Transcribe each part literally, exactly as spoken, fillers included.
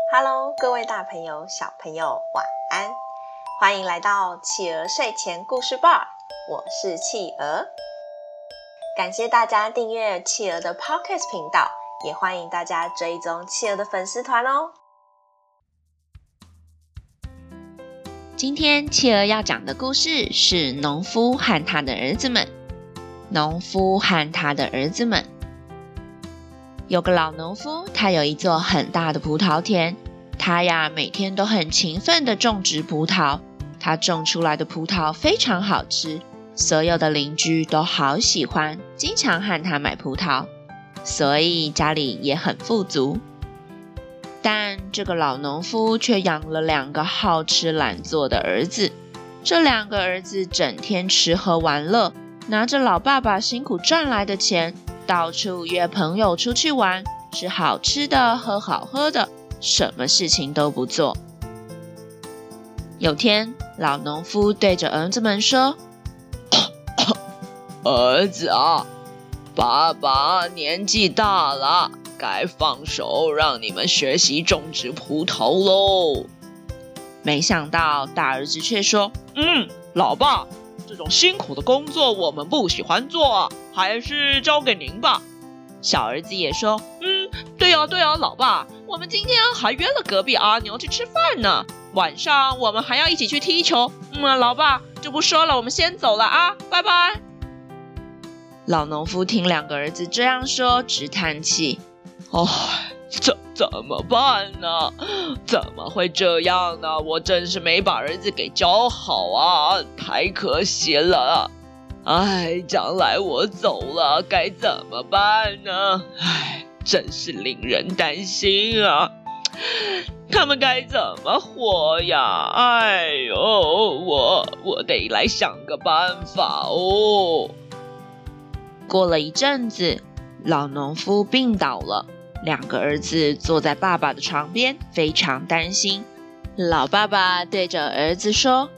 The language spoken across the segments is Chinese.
Hello， 各位大朋友、小朋友，晚安！欢迎来到企鹅睡前故事吧，我是企鹅。感谢大家订阅企鹅的 Podcast 频道，也欢迎大家追踪企鹅的粉丝团哦。 今天企鹅要讲的故事是农夫和他的儿子们。农夫和他的儿子们。有个老农夫，他有一座很大的葡萄田，他呀每天都很勤奋地种植葡萄，他种出来的葡萄非常好吃，所有的邻居都好喜欢，经常和他买葡萄，所以家里也很富足。但这个老农夫却养了两个好吃懒做的儿子，这两个儿子整天吃喝玩乐，拿着老爸爸辛苦赚来的钱，到处约朋友出去玩，吃好吃的，喝好喝的，什么事情都不做。有天，老农夫对着儿子们说： 儿子啊，爸爸年纪大了，该放手让你们学习种植葡萄喽。 没想到大儿子却说： 嗯，老爸，这种辛苦的工作我们不喜欢做，还是交给您吧。 小儿子也说： 嗯，对啊对啊，老爸，我们今天还约了隔壁阿牛去吃饭呢，晚上我们还要一起去踢球。嗯，老爸就不说了，我们先走了啊，拜拜。 老农夫听两个儿子这样说，直叹气： 唉，这怎么办呢？怎么会这样呢？我真是没把儿子给教好啊，太可惜了。唉，将来我走了该怎么办呢？唉，真是令人担心啊。他们该怎么活呀？哎呦，我我得来想个办法哦。 过了一阵子，老农夫病倒了，两个儿子坐在爸爸的床边，非常担心。老爸爸对着儿子说：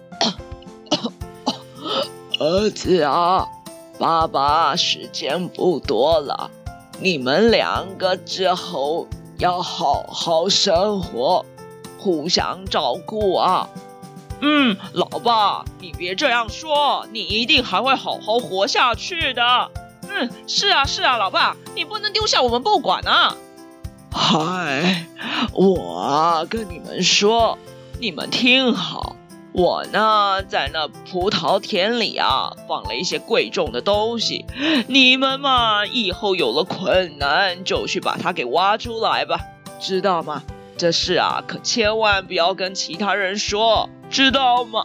儿子啊，爸爸时间不多了，你们两个之后要好好生活，互相照顾啊。嗯，老爸，你别这样说，你一定还会好好活下去的。嗯，是啊是啊，老爸，你不能丢下我们不管啊。嗨，我啊跟你们说，你们听好，我呢在那葡萄田里啊放了一些贵重的东西，你们嘛以后有了困难就去把它给挖出来吧，知道吗？这事啊可千万不要跟其他人说，知道吗？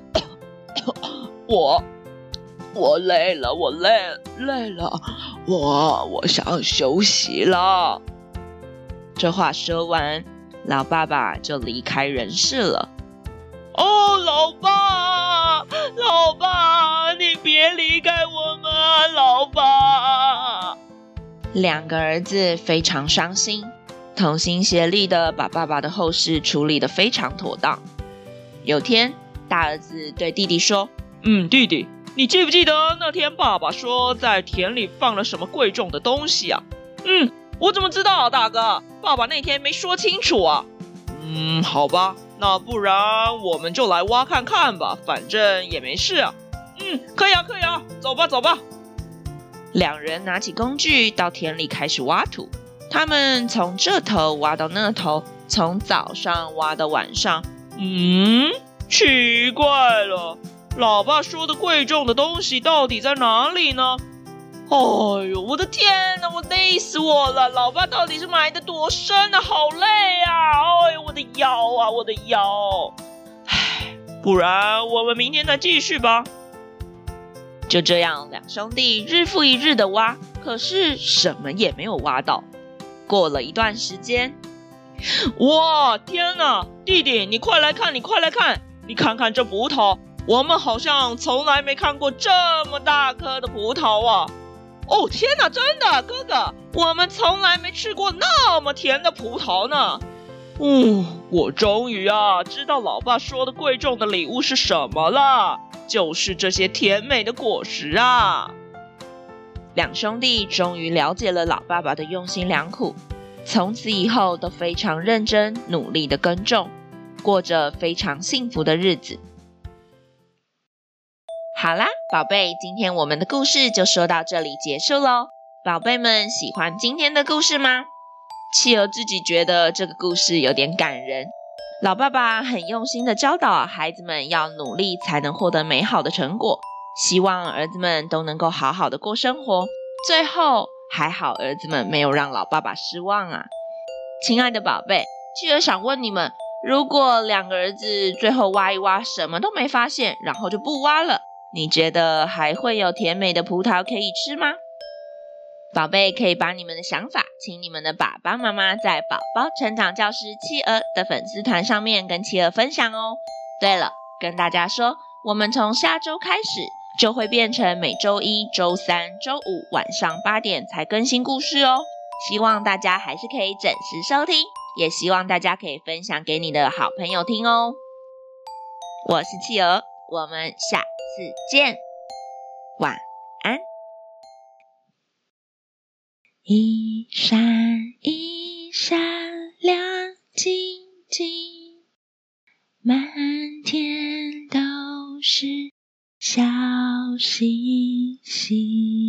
我我累了，我累累了，我我想休息了。 这话说完，老爸爸就离开人世了。 哦，老爸，老爸，你别离开我们啊，老爸！ 两个儿子非常伤心，同心协力的把爸爸的后事处理得非常妥当。有天，大儿子对弟弟说： 嗯，弟弟，你记不记得那天爸爸说在田里放了什么贵重的东西啊？嗯，我怎么知道啊，大哥？爸爸那天没说清楚啊。嗯，好吧，那不然我们就来挖看看吧，反正也没事啊。嗯，可以啊，可以啊，走吧，走吧。 两人拿起工具到田里开始挖土，他们从这头挖到那头，从早上挖到晚上。 嗯，奇怪了，老爸说的贵重的东西到底在哪里呢？哎呦，我的天哪，我累死我了！老爸到底是埋得多深啊？好累啊！哎呦，我的腰啊，我的腰！唉，不然我们明天再继续吧。 就这样，两兄弟日复一日的挖，可是什么也没有挖到。过了一段时间， 哇，天哪！弟弟，你快来看，你快来看，你看看这葡萄，我们好像从来没看过这么大颗的葡萄啊！哦，天哪，真的，哥哥，我们从来没吃过那么甜的葡萄呢。哦，我终于啊知道老爸说的贵重的礼物是什么了，就是这些甜美的果实啊。 两兄弟终于了解了老爸爸的用心良苦， 从此以后都非常认真努力的耕种，过着非常幸福的日子。好啦，宝贝，今天我们的故事就说到这里结束咯。宝贝们喜欢今天的故事吗？企鹅自己觉得这个故事有点感人，老爸爸很用心的教导孩子们要努力才能获得美好的成果，希望儿子们都能够好好的过生活。最后还好儿子们没有让老爸爸失望啊。亲爱的宝贝，企鹅想问你们，如果两个儿子最后挖一挖什么都没发现，然后就不挖了，你觉得还会有甜美的葡萄可以吃吗？宝贝，可以把你们的想法请你们的爸爸妈妈在宝宝成长教师企鹅的粉丝团上面跟企鹅分享哦。对了，跟大家说，我们从下周开始就会变成每周一、周三、周五晚上八点才更新故事哦。希望大家还是可以准时收听，也希望大家可以分享给你的好朋友听哦。我是企鹅，我们下次见，晚安。一闪一闪亮晶晶，满天都是小星星。